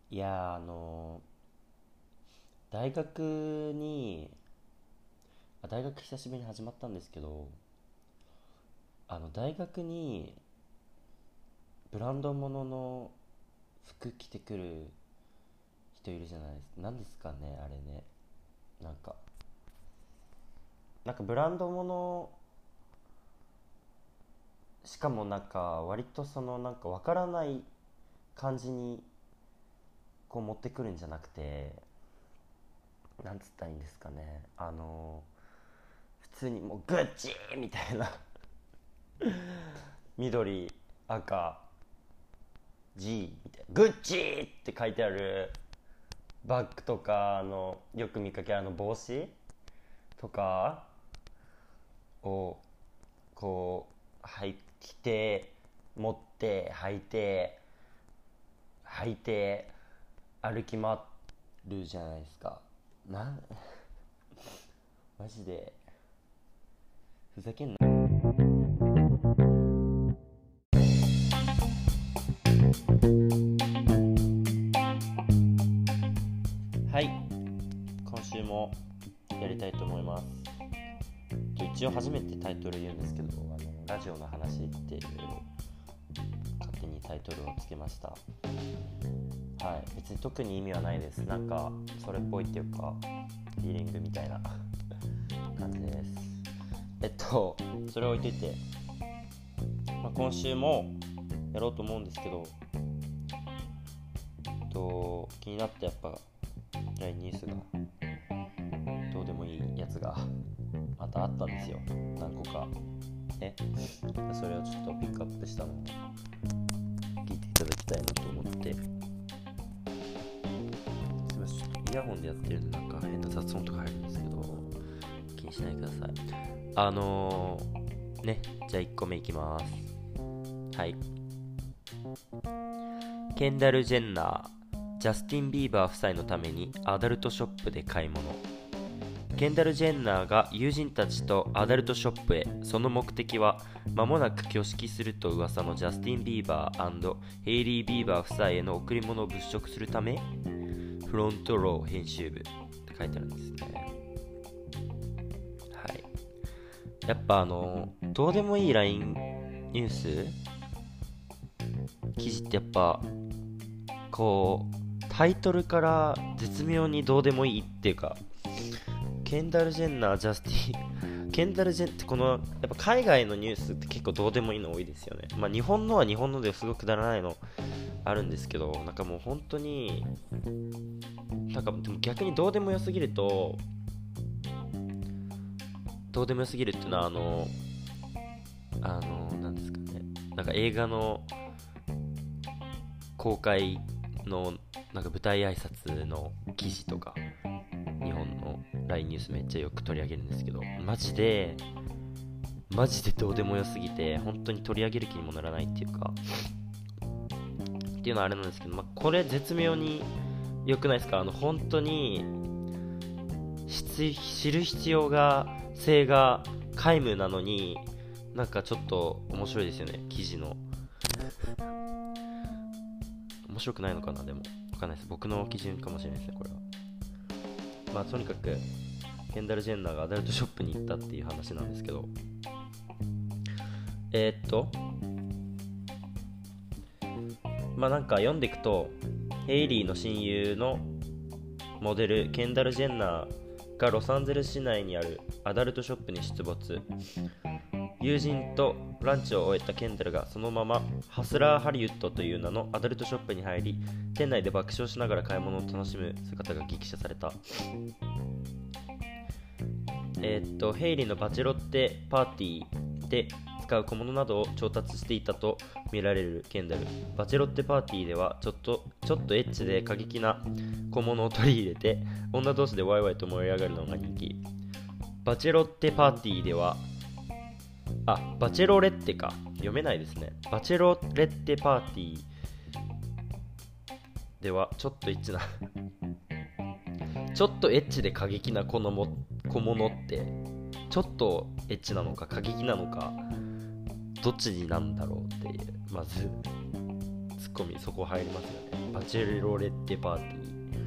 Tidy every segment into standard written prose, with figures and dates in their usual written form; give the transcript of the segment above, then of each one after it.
いや大学に大学久しぶりに始まったんですけど、大学にブランド物の服着てくる人いるじゃないですか。なんですかね、あれね。なんかブランド物、しかも割とわからない感じにこう持ってくるんじゃなくて、なんつったらいいんですかね。普通にもうグッチーみたいな緑、赤、G みたいな、グッチーって書いてあるバッグとか、よく見かける帽子とかをこう着て、持って履いて歩き回るじゃないですか。なんマジでふざけんな。はい、今週もやりたいと思います。一応初めてタイトル言うんですけど、ラジオの話っていう勝手にタイトルをつけました。はい、別に特に意味はないです。それっぽいっていうかフィーリングみたいな感じです。それを置いといて、今週もやろうと思うんですけど、気になったやっぱニュースが、どうでもいいやつがまたあったんですよ、何個かね。それをちょっとピックアップしたのを聞いていただきたいなと思って。すいません、ちょっとイヤホンでやってるんで変な雑音とか入るんですけど、気にしないでください。じゃあ1個目いきます。はい。ケンダル・ジェンナー、ジャスティン・ビーバー夫妻のためにアダルトショップで買い物。ケンダル・ジェンナーが友人たちとアダルトショップへ。その目的は間もなく挙式すると噂のジャスティン・ビーバー&ヘイリー・ビーバー夫妻への贈り物を物色するため。フロントロー編集部って書いてあるんですね。はい。やっぱどうでもいい LINE ニュース記事ってやっぱタイトルから絶妙にどうでもいいっていうか、ケンダル・ジェンナー、ジャスティンケンダル・ジェンってやっぱ海外のニュースって結構どうでもいいの多いですよね。日本のは日本のですごくくだらないのあるんですけど、もう本当にでも逆にどうでもよすぎると、どうでもよすぎるっていうのはなんですかね、映画の公開の舞台挨拶の記事とか、日本の LINE ニュースめっちゃよく取り上げるんですけど、マジでどうでもよすぎて本当に取り上げる気にもならないっていうか、っていうのはあれなんですけど、これ絶妙に良くないですか。本当に知る必要が性が皆無なのに、ちょっと面白いですよね、記事の。面白くないのかな、でもわかんないです。僕の基準かもしれないですね、これは。とにかくケンダル・ジェンナーがアダルトショップに行ったっていう話なんですけど、読んでいくと、ヘイリーの親友のモデルケンダル・ジェンナーがロサンゼルス市内にあるアダルトショップに出没。友人とランチを終えたケンダルがそのままハスラーハリウッドという名のアダルトショップに入り、店内で爆笑しながら買い物を楽しむ姿が激写された。ヘイリーのバチェロッテパーティーで使う小物などを調達していたと見られるケンダル。バチェロッテパーティーではちょっとエッチで過激な小物を取り入れて、女同士でワイワイと盛り上がるのが人気。バチェロッテパーティーではバチェロレッテか、読めないですね。バチェロレッテパーティーではちょっとエッチなちょっとエッチで過激な小物ってちょっとエッチなのか過激なのか、どっちになんだろうっていう、まず突っコミそこ入りますよね。バチェロレッテパーティ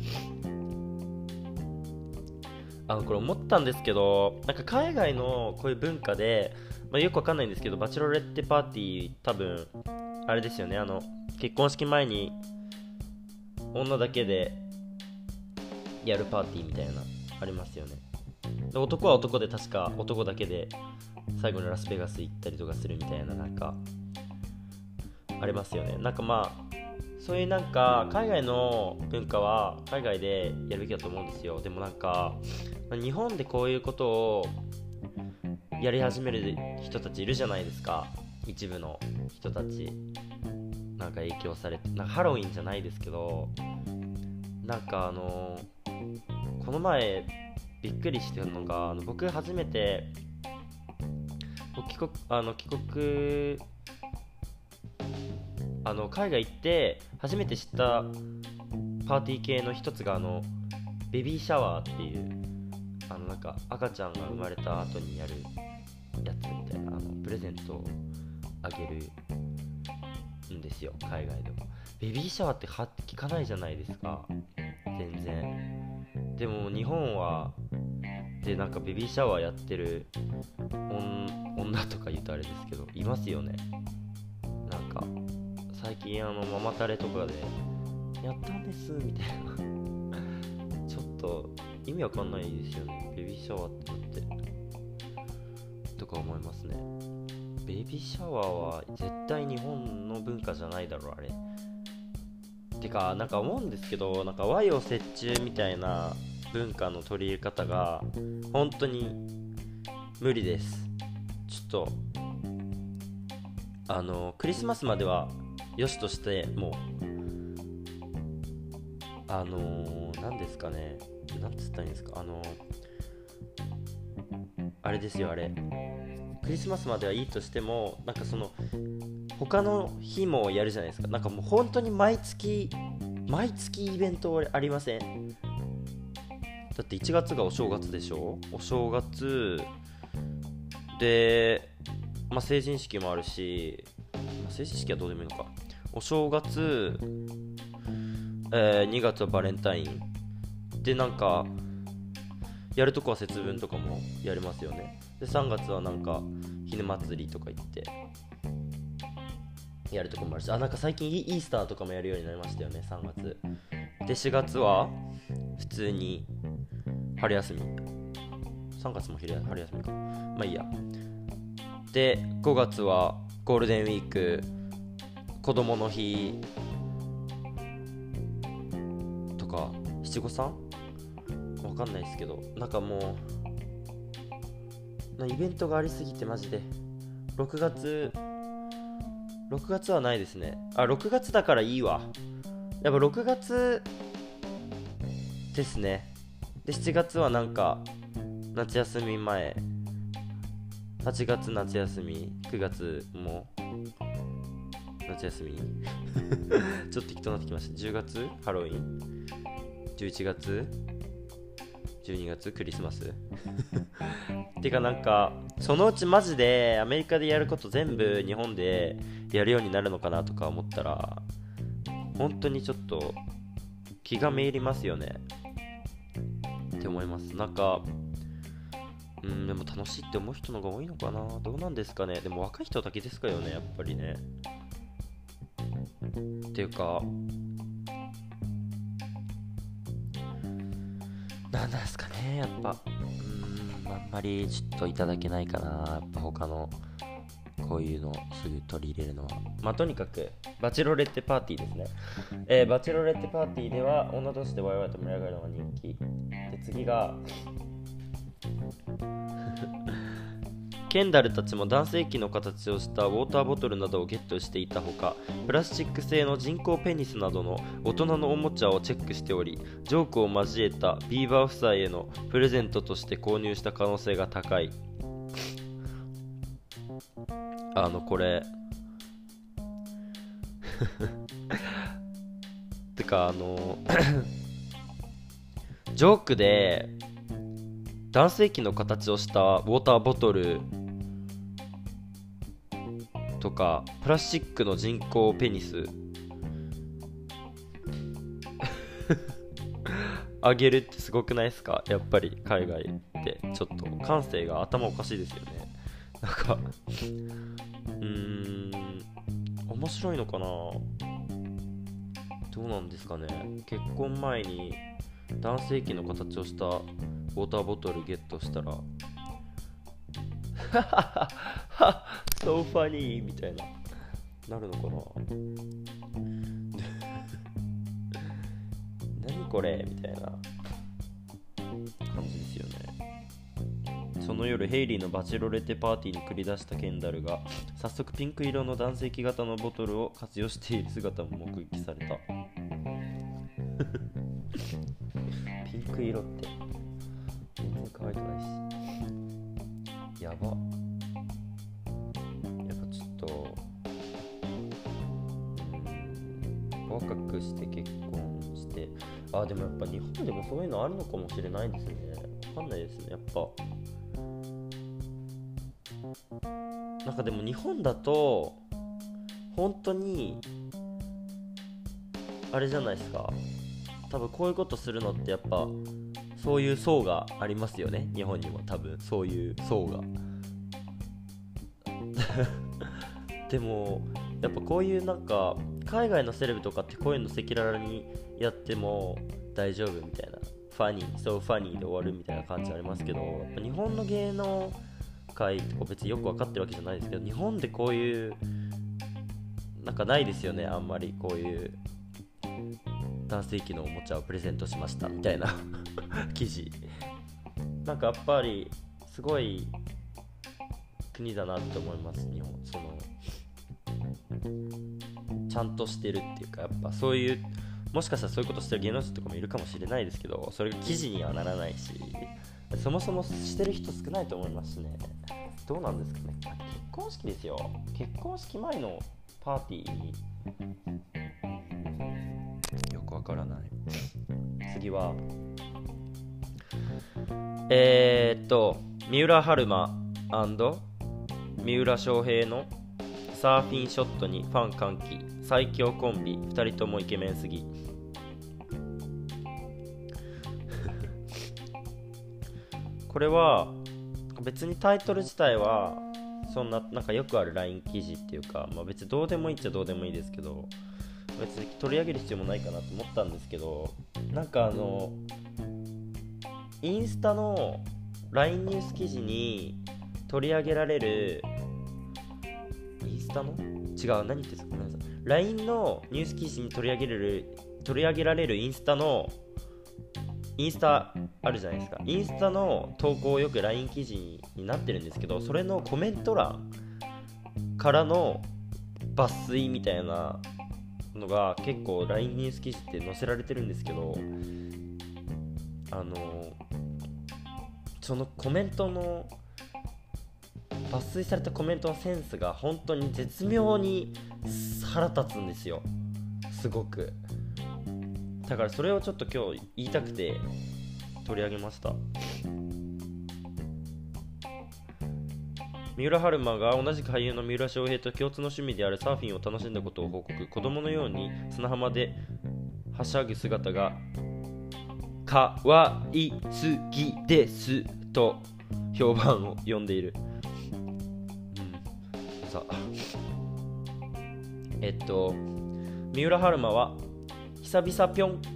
ー。これ思ったんですけど、なんか海外のこういう文化で、よくわかんないんですけど、バチェロレッテパーティー多分あれですよね、結婚式前に女だけでやるパーティーみたいなありますよね。で男は男で確か男だけで最後にラスベガス行ったりとかするみたいな、なんかありますよね。なんかそういうなんか海外の文化は海外でやるべきだと思うんですよ。でもなんか日本でこういうことをやり始める人たちいるじゃないですか。一部の人たちなんか影響されて、なんかハロウィンじゃないですけど、なんかこの前びっくりしてるのが、僕初めて帰国海外行って初めて知ったパーティー系の一つがベビーシャワーっていうなんか赤ちゃんが生まれた後にやるやつみたいな、プレゼントをあげるんですよ。海外でもベビーシャワーって聞かないじゃないですか、全然。でも日本はでなんかベビーシャワーやってる女とか言うとあれですけどいますよね。なんか最近ママタレとかでやったんですみたいなちょっと意味わかんないですよね、ベビーシャワーってとか思いますね。ベビーシャワーは絶対日本の文化じゃないだろあれ。てかなんか思うんですけど、なんか和洋折衷みたいな文化の取り入れ方が本当に無理です。ちょっとクリスマスまではよしとしても何ですかね、なんつったらいいんですか、あれですよ、あれクリスマスまではいいとしても、なんかその他の日もやるじゃないですか。なんかもう本当に毎月イベントありません？だって1月がお正月でしょ。お正月で、成人式もあるし、成人式はどうでもいいのか。お正月、2月はバレンタインで、なんかやるとこは節分とかもやりますよね。で3月はなんかひな祭りとか行ってやるとこもあるし、なんか最近イースターとかもやるようになりましたよね、3月で。4月は普通に春休み、3月も春休みか、いいや。で5月はゴールデンウィーク、子供の日とか七五三わかんないですけど、なんかもうイベントがありすぎてマジで6月はないですね。6月だからいいわ。やっぱ6月ですね。で7月はなんか夏休み前、8月夏休み、9月も夏休みちょっと適当になってきました。10月ハロウィン、11月12月クリスマスてかなんかそのうちマジでアメリカでやること全部日本でやるようになるのかなとか思ったら、本当にちょっと気がめいりますよねって思います。なんかでも楽しいって思う人の方が多いのかな、どうなんですかね。でも若い人だけですかよね、やっぱりね。っていうかなんですかね、やっぱあんまりちょっといただけないかな、やっぱ他のこういうのすぐ取り入れるのは。とにかくバチェロレッテパーティーですね。バチェロレッテパーティーでは女同士でワイワイと盛り上がるのが人気で、次がケンダルたちも男性器の形をしたウォーターボトルなどをゲットしていたほか、プラスチック製の人工ペニスなどの大人のおもちゃをチェックしており、ジョークを交えたビーバー夫妻へのプレゼントとして購入した可能性が高い。これてかジョークで男性器の形をしたウォーターボトルとかプラスチックの人工ペニス上げるってすごくないですか？やっぱり海外ってちょっと感性が頭おかしいですよね。なんか面白いのかな。どうなんですかね。結婚前に男性器の形をしたウォーターボトルゲットしたらso funny みたいなるのかな。何これみたいな感じですよね。その夜ヘイリーのバチェロレテパーティーに繰り出したケンダルが早速ピンク色の男性器型のボトルを活用している姿も目撃された。ピンク色って全然可愛くないし、やば。やっぱちょっと若くして結婚して、でもやっぱ日本でもそういうのあるのかもしれないですね。わかんないですね。やっぱなんかでも日本だと本当にあれじゃないですか。多分こういうことするのってやっぱそういう層がありますよね。日本にも多分そういう層がでもやっぱこういうなんか海外のセレブとかってこういうの赤裸々にやっても大丈夫みたいな、ファニー、そうファニーで終わるみたいな感じありますけど、やっぱ日本の芸能界とか別によく分かってるわけじゃないですけど、日本でこういうなんかないですよね。あんまりこういう男性器のおもちゃをプレゼントしましたみたいな記事。なんかやっぱりすごい国だなって思います。日本そのちゃんとしてるっていうか、やっぱそういうもしかしたらそういうことしてる芸能人とかもいるかもしれないですけど、それが記事にはならないし、そもそもしてる人少ないと思いますしね。どうなんですかね。結婚式ですよ。結婚式前のパーティーによくわからない。次は三浦春馬&三浦翔平のサーフィンショットにファン歓喜、最強コンビ2人ともイケメンすぎ。これは別にタイトル自体はそんななんかよくある LINE 記事っていうか、別にどうでもいいっちゃどうでもいいですけど、別に取り上げる必要もないかなと思ったんですけど、なんかインスタの LINE ニュース記事に取り上げられる、インスタの違う、何言ってんですか、ごめんなさい。 LINE のニュース記事に取り上げられるインスタあるじゃないですか。インスタの投稿よく LINE 記事になってるんですけど、それのコメント欄からの抜粋みたいなのが結構 LINE ニュース記事って載せられてるんですけど、そのコメントの抜粋されたコメントのセンスが本当に絶妙に腹立つんですよ。すごく。だからそれをちょっと今日言いたくて取り上げました。三浦春馬が同じく俳優の三浦翔平と共通の趣味であるサーフィンを楽しんだことを報告。子供のように砂浜ではしゃぐ姿がかわいすぎですと評判を呼んでいる。さあ三浦春馬は久々ぴょん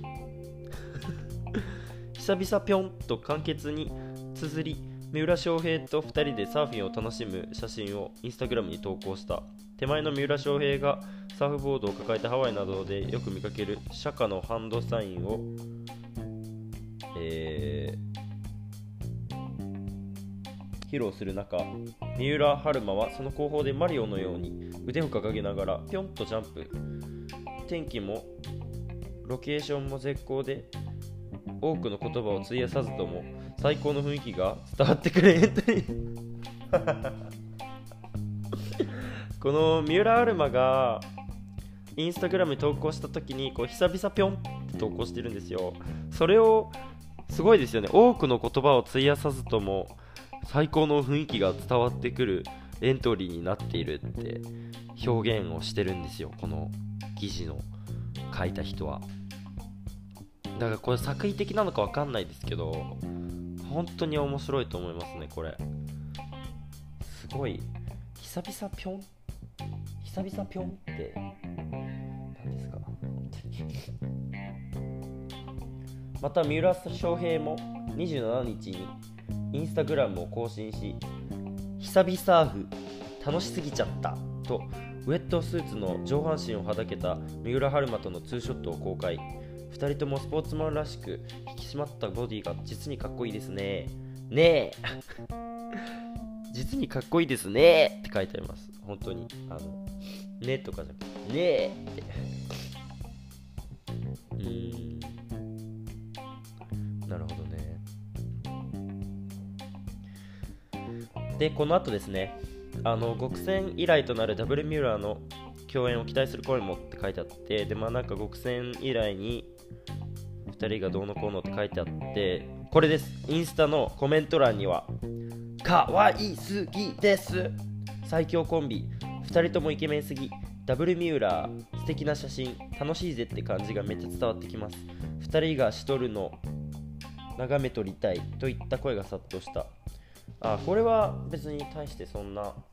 久々ぴょんと簡潔に綴り、三浦翔平と2人でサーフィンを楽しむ写真をインスタグラムに投稿した。手前の三浦翔平がサーフボードを抱えたハワイなどでよく見かける釈迦のハンドサインを、披露する中、三浦春馬はその後方でマリオのように腕を掲げながらぴょんとジャンプ。天気もロケーションも絶好で多くの言葉を費やさずとも最高の雰囲気が伝わってくるエントリーこの三浦春馬がインスタグラムに投稿した時にこう久々ぴょんって投稿してるんですよ。それをすごいですよね。多くの言葉を費やさずとも最高の雰囲気が伝わってくるエントリーになっているって表現をしてるんですよ、この記事の書いた人は。 だからこれ作為的なのかわかんないですけど、本当に面白いと思いますね。これすごい久々ぴょんって何ですか。また三浦翔平も27日にインスタグラムを更新し、久々サーフ楽しすぎちゃったとウェットスーツの上半身をはだけた三浦春馬とのツーショットを公開。2人ともスポーツマンらしく引き締まったボディが実にかっこいいですね。ねえ実にかっこいいですねって書いてあります。本当にねとかじゃなくてねえってなるほどね。でこの後ですね、極戦以来となるダブルミューラーの共演を期待する声もって書いてあって、でなんか極戦以来に2人がどうのこうのって書いてあって、これです。インスタのコメント欄にはかわいすぎです、最強コンビ、2人ともイケメンすぎ、ダブルミューラー素敵な写真、楽しいぜって感じがめっちゃ伝わってきます。2人がしとるの眺めとりたいといった声が殺到した。これは別に対してそんな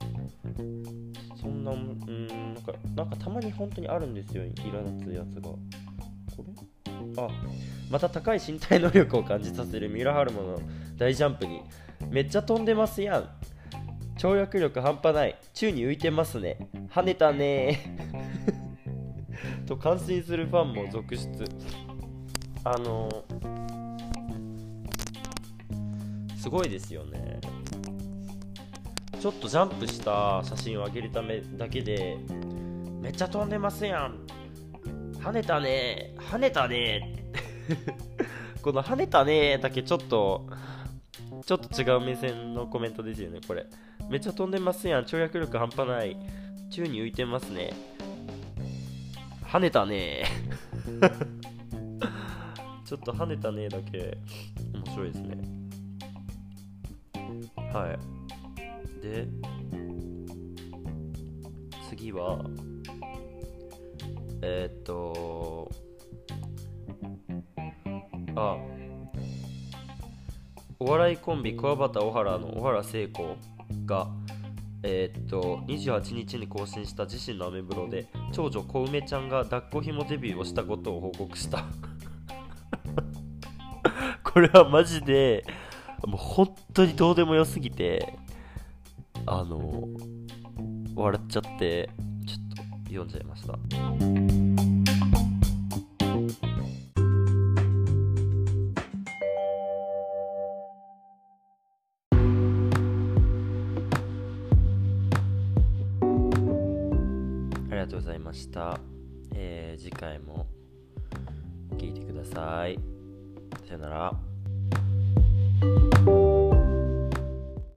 なんかたまに本当にあるんですよ、苛立つやつが。これまた高い身体能力を感じさせる三浦春馬の大ジャンプに、めっちゃ飛んでますやん、跳躍力半端ない、宙に浮いてますね、跳ねたねと感心するファンも続出。すごいですよね。ちょっとジャンプした写真を上げるためだけでめっちゃ飛んでますやん、跳ねたねこの跳ねたねだけちょっと違う目線のコメントですよね。これめっちゃ飛んでますやん、跳躍力半端ない、宙に浮いてますね、跳ねたねちょっと跳ねたねだけ面白いですね。はい。で次はお笑いコンビ桑畑小原の小原聖子が28日に更新した自身のアメブロで、長女小梅ちゃんが抱っこひもデビューをしたことを報告したこれはマジでもう本当にどうでもよすぎて笑っちゃってちょっと読んじゃいました。ありがとうございました。次回も聞いてください。さよなら。